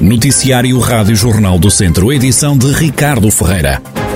Noticiário Rádio Jornal do Centro, edição de Ricardo Ferreira.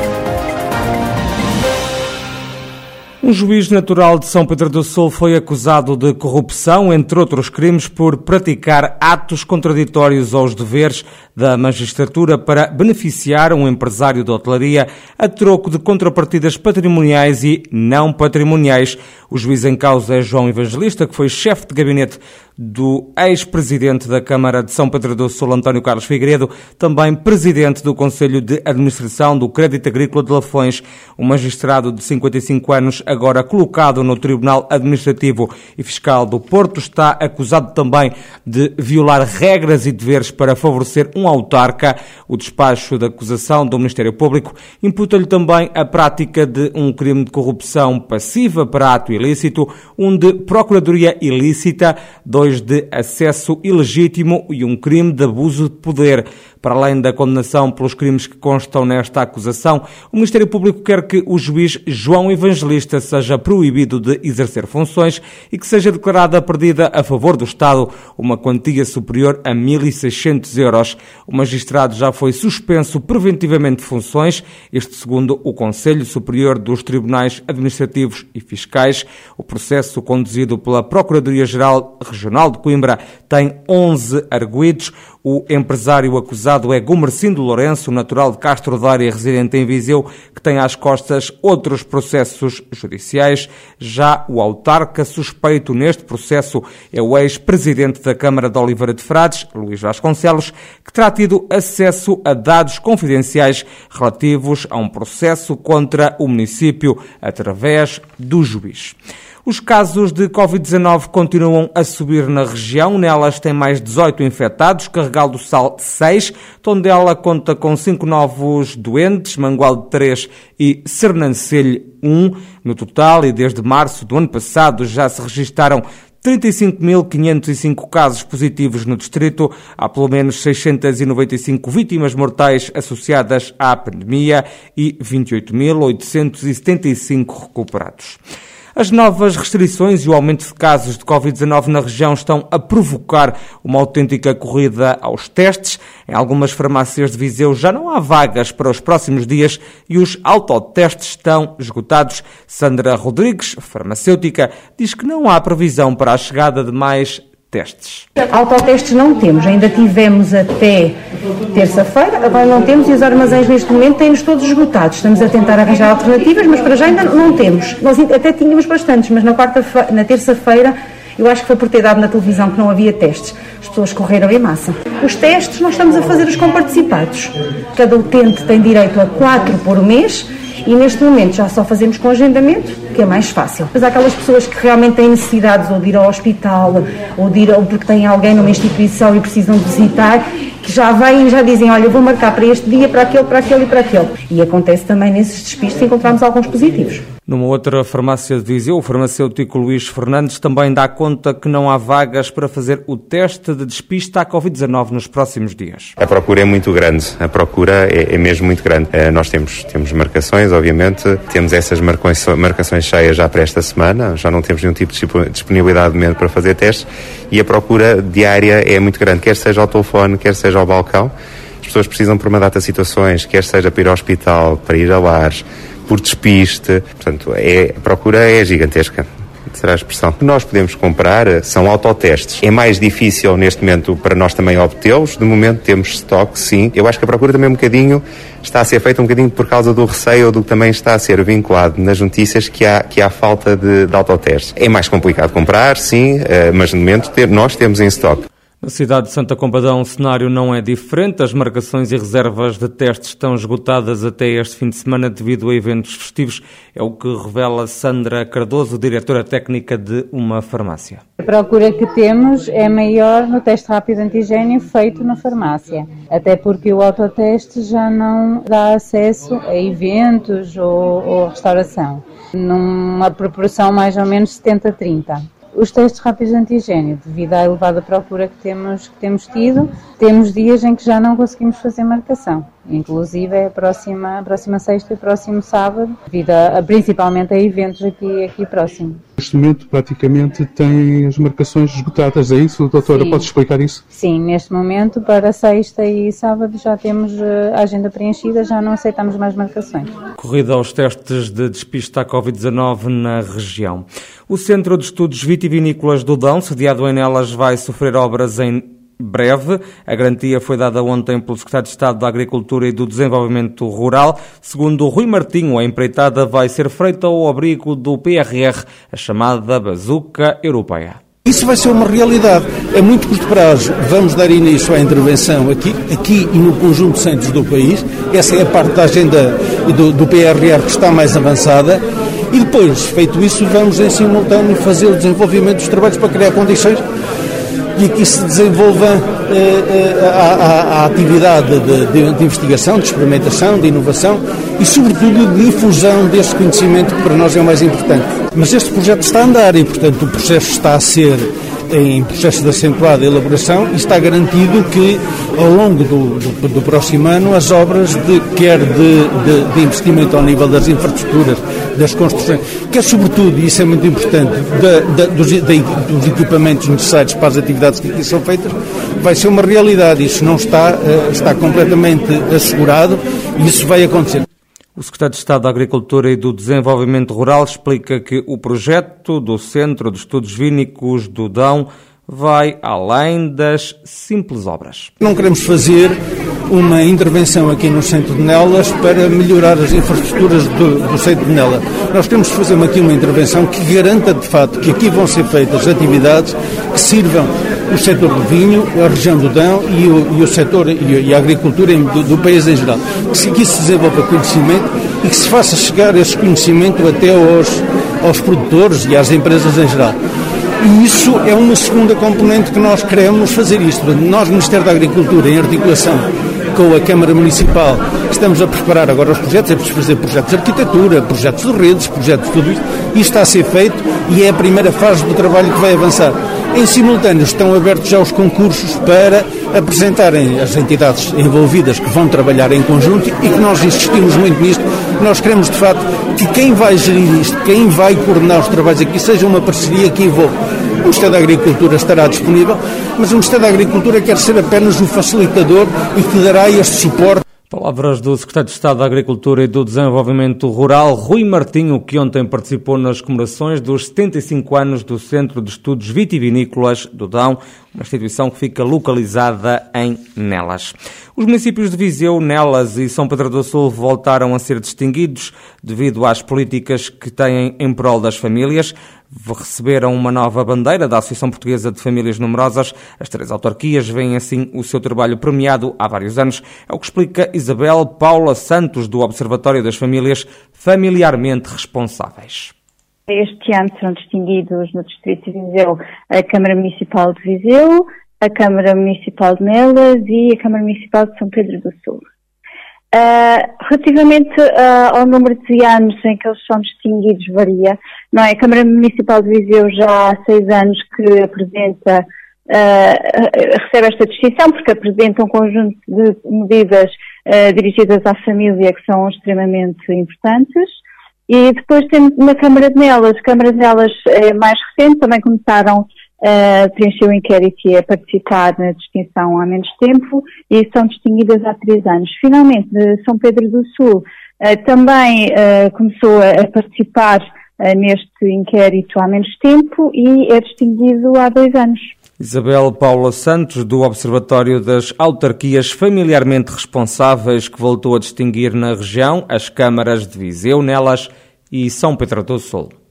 Um juiz natural de São Pedro do Sul foi acusado de corrupção, entre outros crimes, por praticar atos contraditórios aos deveres da magistratura para beneficiar um empresário de hotelaria a troco de contrapartidas patrimoniais e não patrimoniais. O juiz em causa é João Evangelista, que foi chefe de gabinete do ex-presidente da Câmara de São Pedro do Sul, António Carlos Figueiredo, também presidente do Conselho de Administração do Crédito Agrícola de Lafões. O magistrado de 55 anos, agora colocado no Tribunal Administrativo e Fiscal do Porto, está acusado também de violar regras e deveres para favorecer um autarca. O despacho da acusação do Ministério Público imputa-lhe também a prática de um crime de corrupção passiva para ato ilícito, um de procuradoria ilícita, 2 de acesso ilegítimo e um crime de abuso de poder. Para além da condenação pelos crimes que constam nesta acusação, o Ministério Público quer que o juiz João Evangelista seja proibido de exercer funções e que seja declarada perdida a favor do Estado uma quantia superior a 1.600 euros. O magistrado já foi suspenso preventivamente de funções, isto segundo o Conselho Superior dos Tribunais Administrativos e Fiscais. O processo conduzido pela Procuradoria-Geral Regional de Coimbra tem 11 arguidos. O empresário acusado é Gumercindo Lourenço, natural de Castro Daire, residente em Viseu, que tem às costas outros processos judiciais. Já o autarca suspeito neste processo é o ex-presidente da Câmara de Oliveira de Frades, Luís Vasconcelos, que terá tido acesso a dados confidenciais relativos a um processo contra o município através do juiz. Os casos de Covid-19 continuam a subir na região. Nelas tem mais 18 infectados, Carregal do Sal 6, Tondela conta com 5 novos doentes, Mangualde 3 e Sernancelho 1. No total, e desde março do ano passado, já se registaram 35.505 casos positivos no distrito. Há pelo menos 695 vítimas mortais associadas à pandemia e 28.875 recuperados. As novas restrições e o aumento de casos de Covid-19 na região estão a provocar uma autêntica corrida aos testes. Em algumas farmácias de Viseu já não há vagas para os próximos dias e os autotestes estão esgotados. Sandra Rodrigues, farmacêutica, diz que não há previsão para a chegada de mais testes. Autotestes não temos, ainda tivemos até terça-feira, agora não temos e os armazéns neste momento têm-nos todos esgotados. Estamos a tentar arranjar alternativas, mas para já ainda não temos. Nós até tínhamos bastantes, mas na terça-feira eu acho que foi por ter dado na televisão que não havia testes. As pessoas correram em massa. Os testes nós estamos a fazer-os com participados. Cada utente tem direito a 4 por mês. E neste momento já só fazemos com agendamento, que é mais fácil. Mas há aquelas pessoas que realmente têm necessidades ou de ir ao hospital, ou porque têm alguém numa instituição e precisam de visitar, que já vêm e já dizem, olha, eu vou marcar para este dia, para aquele e para aquele. E acontece também nesses despistes encontramos alguns positivos. Numa outra farmácia de Viseu, o farmacêutico Luís Fernandes também dá conta que não há vagas para fazer o teste de despiste à Covid-19 nos próximos dias. A procura é muito grande, a procura é mesmo muito grande. Nós temos marcações, obviamente, temos essas marcações cheias já para esta semana, já não temos nenhum tipo de disponibilidade de momento para fazer testes e a procura diária é muito grande, quer seja ao telefone, quer seja ao balcão. As pessoas precisam por uma data de situações, quer seja para ir ao hospital, para ir a lares, por despiste, portanto, a procura é gigantesca, será a expressão. O que nós podemos comprar são autotestes. É mais difícil neste momento para nós também obtê-los, de momento temos estoque, sim. Eu acho que a procura também está a ser feita um bocadinho por causa do receio do que também está a ser vinculado nas notícias que há falta de autotestes. É mais complicado comprar, sim, mas no momento nós temos em estoque. Na cidade de Santa Combadão o cenário não é diferente. As marcações e reservas de testes estão esgotadas até este fim de semana devido a eventos festivos. É o que revela Sandra Cardoso, diretora técnica de uma farmácia. A procura que temos é maior no teste rápido antigênio feito na farmácia, até porque o autoteste já não dá acesso a eventos ou restauração, numa proporção mais ou menos 70-30. Os testes rápidos de antigênio, devido à elevada procura que temos tido, temos dias em que já não conseguimos fazer marcação. inclusive a próxima sexta e próximo sábado, devido principalmente a eventos aqui próximo. Neste momento, praticamente, tem as marcações esgotadas, é isso, doutora? Sim. Pode explicar isso? Sim, neste momento, para sexta e sábado já temos a agenda preenchida, já não aceitamos mais marcações. Corrida aos testes de despiste à Covid-19 na região. O Centro de Estudos Vitivinícolas do Dão, sediado em Nelas, vai sofrer obras em breve. A garantia foi dada ontem pelo Secretário de Estado da Agricultura e do Desenvolvimento Rural. Segundo Rui Martinho, a empreitada vai ser feita ao abrigo do PRR, a chamada bazuca europeia. Isso vai ser uma realidade. A muito curto prazo vamos dar início à intervenção aqui e no conjunto de centros do país. Essa é a parte da agenda do PRR que está mais avançada. E depois, feito isso, vamos em simultâneo fazer o desenvolvimento dos trabalhos para criar condições e aqui se desenvolva a atividade de investigação, de experimentação, de inovação e, sobretudo, de difusão deste conhecimento que para nós é o mais importante. Mas este projeto está a andar e, portanto, o processo está a ser em processo de acentuada elaboração e está garantido que, ao longo do próximo ano, as obras de investimento ao nível das infraestruturas, das construções, que é sobretudo, e isso é muito importante, dos equipamentos necessários para as atividades que aqui são feitas, vai ser uma realidade. Isso não está completamente assegurado e isso vai acontecer. O Secretário de Estado da Agricultura e do Desenvolvimento Rural explica que o projeto do Centro de Estudos Vínicos do Dão vai além das simples obras. Não queremos fazer uma intervenção aqui no centro de Nelas para melhorar as infraestruturas do centro de Nelas. Nós queremos fazer aqui uma intervenção que garanta, de facto, que aqui vão ser feitas atividades que sirvam o setor do vinho, a região do Dão e o setor e a agricultura do país em geral. Que aqui se desenvolva conhecimento e que se faça chegar esse conhecimento até aos produtores e às empresas em geral. E isso é uma segunda componente que nós queremos fazer isto. Nós, Ministério da Agricultura, em articulação com a Câmara Municipal, estamos a preparar agora os projetos, é preciso fazer projetos de arquitetura, projetos de redes, projetos de tudo isto. Isto está a ser feito e é a primeira fase do trabalho que vai avançar. Em simultâneo estão abertos já os concursos para apresentarem as entidades envolvidas que vão trabalhar em conjunto e que nós insistimos muito nisto. Nós queremos, de facto, que quem vai gerir isto, quem vai coordenar os trabalhos aqui, seja uma parceria que envolva. O Ministério da Agricultura estará disponível, mas o Ministério da Agricultura quer ser apenas o facilitador e que dará este suporte. Palavras do Secretário de Estado da Agricultura e do Desenvolvimento Rural, Rui Martinho, que ontem participou nas comemorações dos 75 anos do Centro de Estudos Vitivinícolas do Dão, uma instituição que fica localizada em Nelas. Os municípios de Viseu, Nelas e São Pedro do Sul voltaram a ser distinguidos devido às políticas que têm em prol das famílias. Receberam uma nova bandeira da Associação Portuguesa de Famílias Numerosas. As três autarquias veem assim o seu trabalho premiado há vários anos. É o que explica Isabel Paula Santos, do Observatório das Famílias Familiarmente Responsáveis. Este ano serão distinguidos no Distrito de Viseu a Câmara Municipal de Viseu, a Câmara Municipal de Nelas e a Câmara Municipal de São Pedro do Sul. Relativamente ao número de anos em que eles são distinguidos varia, não é? A Câmara Municipal de Viseu já há 6 anos que apresenta, recebe esta distinção porque apresenta um conjunto de medidas dirigidas à família que são extremamente importantes. E depois temos na Câmara de Nelas. A Câmara de Nelas é mais recente, também começaram a preencher o inquérito e a participar na distinção há menos tempo e são distinguidas há 3 anos. Finalmente, São Pedro do Sul também começou a participar neste inquérito há menos tempo e é distinguido há 2 anos. Isabel Paula Santos, do Observatório das Autarquias Familiarmente Responsáveis, que voltou a distinguir na região as câmaras de Viseu, Nelas e São Pedro do Sul.